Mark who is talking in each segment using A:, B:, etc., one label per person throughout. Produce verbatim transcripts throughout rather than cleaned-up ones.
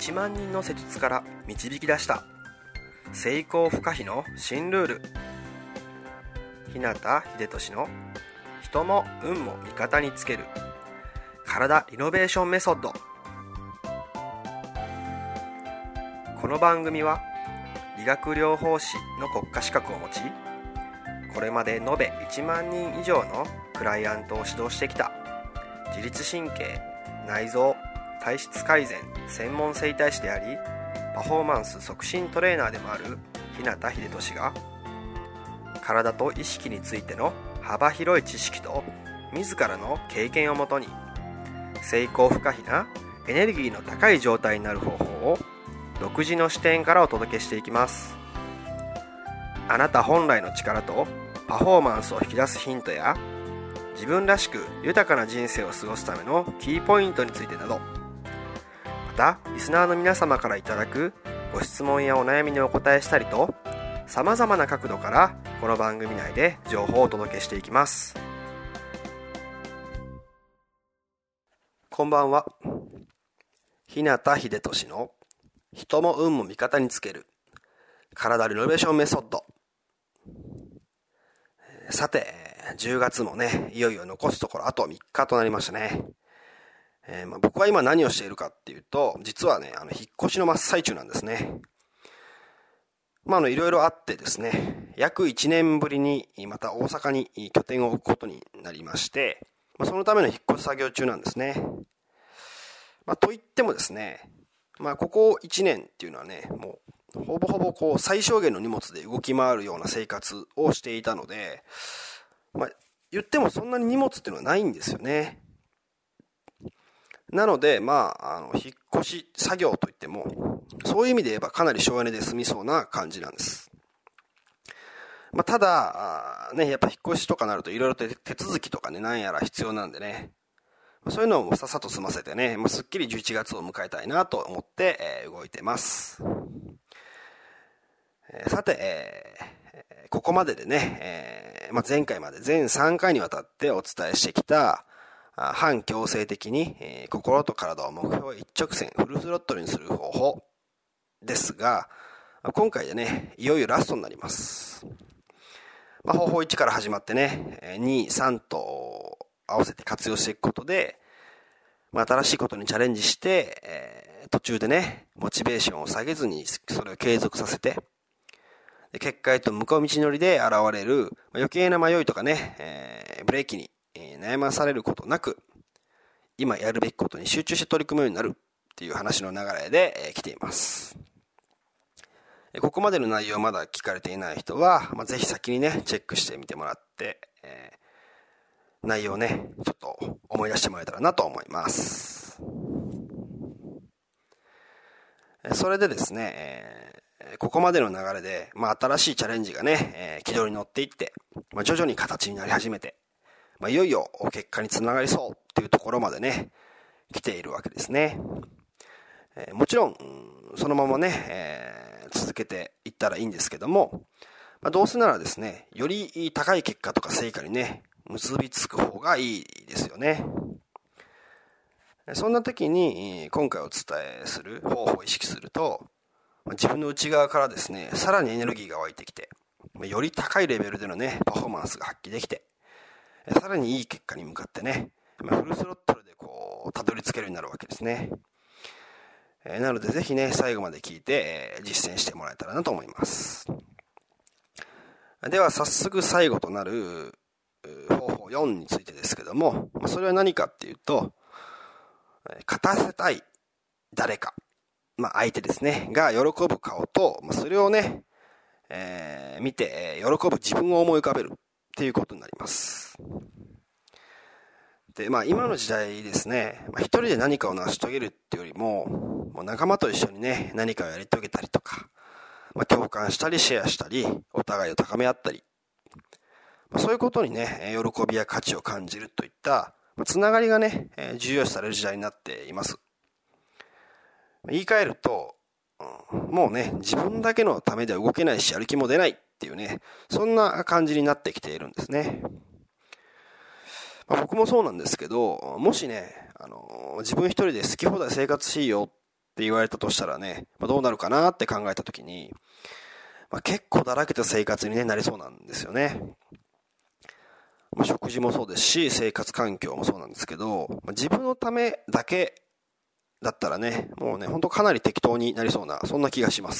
A: ちまんにんの施術から導き出した成功不可避の新ルール。日向秀俊の人も運も味方につける体リノベーションメソッド。この番組は理学療法士の国家資格を持ち、これまで延べいちまんにん以上のクライアントを指導してきた自律神経、内臓、体質改善専門整体師であり、パフォーマンス促進トレーナーでもある日向秀俊が、体と意識についての幅広い知識と自らの経験をもとに、成功不可避なエネルギーの高い状態になる方法を独自の視点からお届けしていきます。あなた本来の力とパフォーマンスを引き出すヒントや、自分らしく豊かな人生を過ごすためのキーポイントについてなど、またリスナーの皆様からいただくご質問やお悩みにお答えしたりと、さまざまな角度からこの番組内で情報をお届けしていきます。こんばんは。日向秀俊の人も運も味方につける体リノベーションメソッド。さて、じゅうがつもね、いよいよ残すところあとみっかとなりましたね。えーまあ、僕は今何をしているかっていうと、実はね、あの引っ越しの真っ最中なんですね。まあ、あのいろいろあってですね、約いちねんぶりにまた大阪に拠点を置くことになりまして、まあ、そのための引っ越し作業中なんですね。まあ、といってもですね、まあ、ここいちねんっていうのはね、もうほぼほぼこう最小限の荷物で動き回るような生活をしていたので、まあ、言ってもそんなに荷物っていうのはないんですよね。なので、まあ、あの引っ越し作業といっても、そういう意味で言えばかなり省エネで済みそうな感じなんです。まあ、ただね、やっぱ引っ越しとかなるといろいろと手続きとかね、なんやら必要なんでね、そういうのをさっさと済ませてね、まあ、すっきりじゅういちがつを迎えたいなと思って、えー、動いてます。えー、さて、えー、ここまででね、えーまあ、前回まで全さんかいにわたってお伝えしてきた反強制的に、えー、心と体を目標一直線フルスロットルにする方法ですが、今回でね、いよいよラストになります。まあ、方法いちから始まってね、に、さんと合わせて活用していくことで、まあ、新しいことにチャレンジして、えー、途中でね、モチベーションを下げずにそれを継続させて、で結果へと向かう道のりで現れる余計な迷いとかね、えー、ブレーキに、えー、悩まされることなく、今やるべきことに集中して取り組むようになるっていう話の流れで、えー、来ています。ここまでの内容まだ聞かれていない人は、まあ、ぜひ先にね、チェックしてみてもらって、えー内容をね、ちょっと思い出してもらえたらなと思います。それでですね、えー、ここまでの流れで、まあ、新しいチャレンジがね、えー、軌道に乗っていって、まあ、徐々に形になり始めて、まあ、いよいよ結果につながりそうっていうところまでね、来ているわけですね。えー、もちろん、そのままね、えー、続けていったらいいんですけども、まあ、どうせならですね、より高い結果とか成果にね、結びつく方がいいですよね。そんな時に今回お伝えする方法を意識すると、自分の内側からですね、さらにエネルギーが湧いてきて、より高いレベルでのね、パフォーマンスが発揮できて、さらにいい結果に向かってね、フルスロットルでこうたどり着けるようになるわけですね。なのでぜひね、最後まで聞いて実践してもらえたらなと思います。では早速最後となる方法よんについてですけども、それは何かっていうと、勝たせたい誰か、まあ、相手ですねが喜ぶ顔と、それをね、えー、見て喜ぶ自分を思い浮かべるっていうことになります。で、まあ、今の時代ですね、まあ、一人で何かを成し遂げるっていうよりも、もう仲間と一緒にね、何かをやり遂げたりとか、まあ、共感したりシェアしたり、お互いを高め合ったり、そういうことにね、喜びや価値を感じるといったつながりがね、重要視される時代になっています。言い換えると、もうね、自分だけのためでは動けないし、やる気も出ないっていうね、そんな感じになってきているんですね。まあ、僕もそうなんですけど、もしね、あの自分一人で好き放題生活しいよっって言われたとしたらね、まあ、どうなるかなって考えたときに、まあ、結構だらけた生活に、ね、なりそうなんですよね。まあ、食事もそうですし、生活環境もそうなんですけど、まあ、自分のためだけだったらね、もうね、ほんとかなり適当になりそうな、そんな気がします。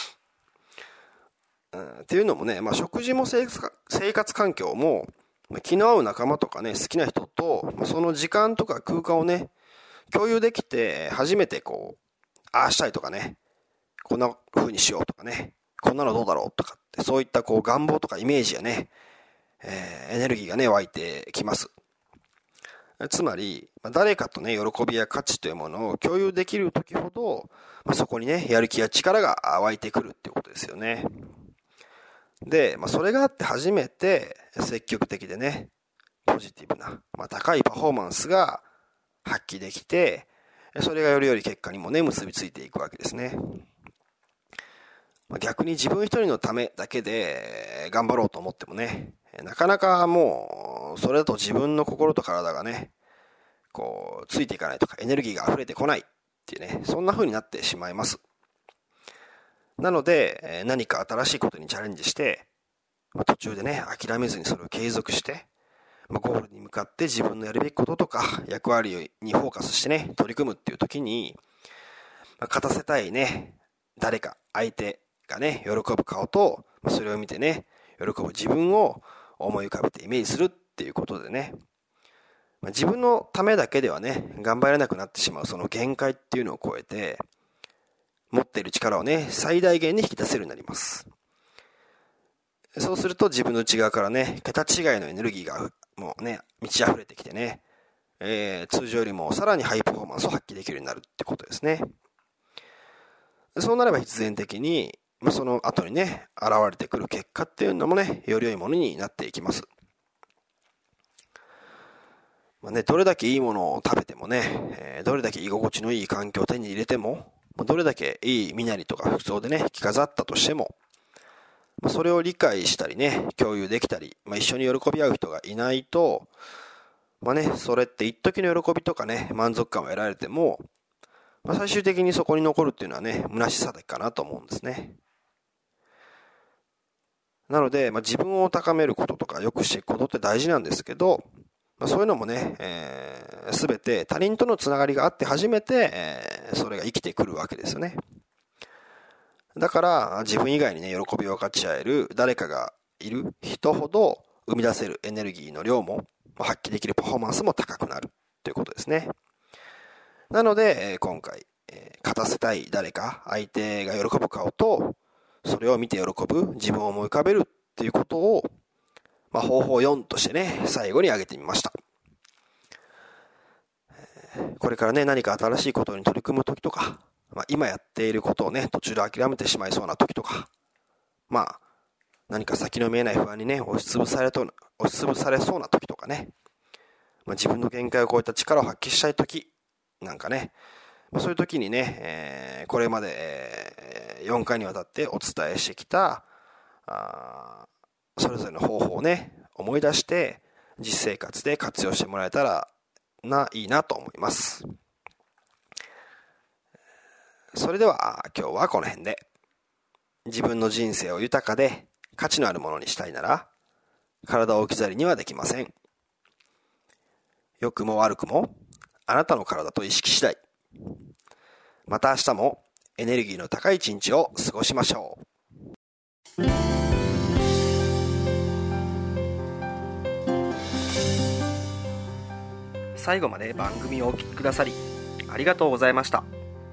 A: うん、っていうのもね、まあ、食事も生活、生活環境も、まあ、気の合う仲間とかね、好きな人と、まあ、その時間とか空間をね、共有できて、初めてこう、ああしたいとかね、こんな風にしようとかね、こんなのどうだろうとかって、そういったこう願望とかイメージやね、えー、エネルギーがね、湧いてきます。つまり、誰かとね、喜びや価値というものを共有できるときほど、まあ、そこにね、やる気や力が湧いてくるっていうことですよね。で、まあ、それがあって初めて積極的でね、ポジティブな、まあ、高いパフォーマンスが発揮できて、それがよりより結果にもね、結びついていくわけですね。まあ、逆に自分一人のためだけで頑張ろうと思ってもね、なかなかもう、それだと自分の心と体がね、こう、ついていかないとか、エネルギーが溢れてこないっていうね、そんな風になってしまいます。なので、何か新しいことにチャレンジして、まあ、途中でね、諦めずにそれを継続して、まあ、ゴールに向かって自分のやるべきこととか、役割にフォーカスしてね、取り組むっていう時に、まあ、勝たせたいね、誰か、相手がね、喜ぶ顔と、まあ、それを見てね、喜ぶ自分を思い浮かべてイメージするっていうことでね、まあ、自分のためだけではね、頑張れなくなってしまうその限界っていうのを超えて、持っている力をね、最大限に引き出せるようになります。そうすると自分の内側からね、桁違いのエネルギーがもうね、満ち溢れてきてね、えー、通常よりもさらにハイパフォーマンスを発揮できるようになるってことですね。そうなれば必然的に、その後にね、現れてくる結果っていうのもね、より良いものになっていきます。まあね、どれだけいいものを食べてもね、えー、どれだけ居心地のいい環境を手に入れても、どれだけいい身なりとか服装でね、着飾ったとしても、それを理解したりね、共有できたり、まあ、一緒に喜び合う人がいないと、まあね、それって一時の喜びとかね、満足感を得られても、まあ、最終的にそこに残るっていうのはね、虚しさだけかなと思うんですね。なので、まあ、自分を高めることとか良くしていくことって大事なんですけど、まあ、そういうのもね、えー、全て他人とのつながりがあって初めて、えー、それが生きてくるわけですよね。だから自分以外にね、喜びを分かち合える誰かがいる人ほど生み出せるエネルギーの量も発揮できるパフォーマンスも高くなるということですね。なので今回、勝たせたい誰か、相手が喜ぶ顔と、それを見て喜ぶ自分を思い浮かべるっていうことを、まあ、方法よんとしてね、最後に挙げてみました。これからね、何か新しいことに取り組むときとか、まあ、今やっていることをね、途中で諦めてしまいそうなときとか、まあ、何か先の見えない不安にね、押しつぶされと、押しつぶされそうなときとかね、まあ、自分の限界を超えた力を発揮したいときなんかね、まあ、そういうときにね、えー、これまで、えー、よんかいにわたってお伝えしてきた、あそれぞれの方法をね、思い出して、実生活で活用してもらえたらな、いいなと思います。それでは今日はこの辺で。自分の人生を豊かで価値のあるものにしたいなら、体を置き去りにはできません。良くも悪くもあなたの体と意識次第。また明日もエネルギーの高い一日を過ごしましょう。最後まで番組をお聞きくださりありがとうございました。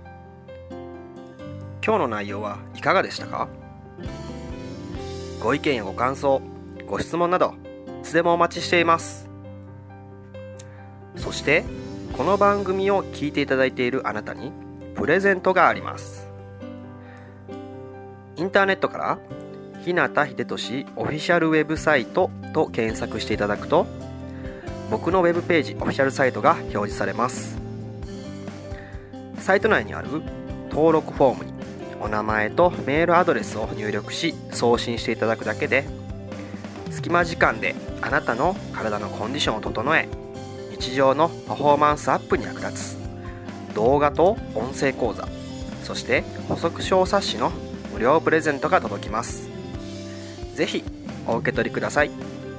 A: 今日の内容はいかがでしたか？ご意見やご感想、ご質問などいつでもお待ちしています。そしてこの番組を聞いていただいているあなたにプレゼントがあります。インターネットから日向秀俊オフィシャルウェブサイトと検索していただくと、僕のウェブページオフィシャルサイトが表示されます。サイト内にある登録フォームにお名前とメールアドレスを入力し送信していただくだけで、隙間時間であなたの体のコンディションを整え、日常のパフォーマンスアップに役立つ
B: 動画と音声講座、そして補足小冊子の無料プレゼントが届きます。ぜひお受け取りください。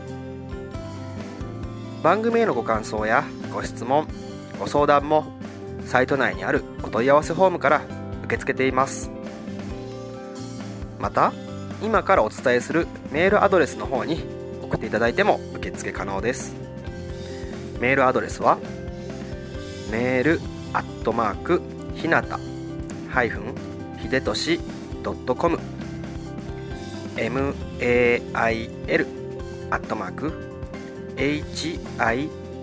B: 番組へのご感想やご質問、ご相談もサイト内にあるお問い合わせフォームから受け付けています。また、今からお伝えするメールアドレスの方に送っていただいても受付可能です。メールアドレスはメールアットマークひなたハイフンひでとしドットコム メールアットマーク ひなた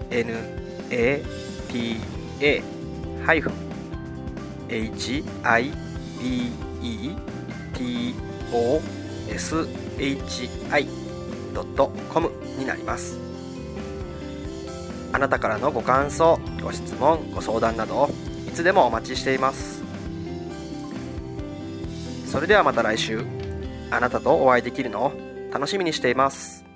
B: ハイフン ヒデトシドットコム になります。あなたからのご感想、ご質問、ご相談などいつでもお待ちしています。それではまた来週、あなたとお会いできるのを楽しみにしています。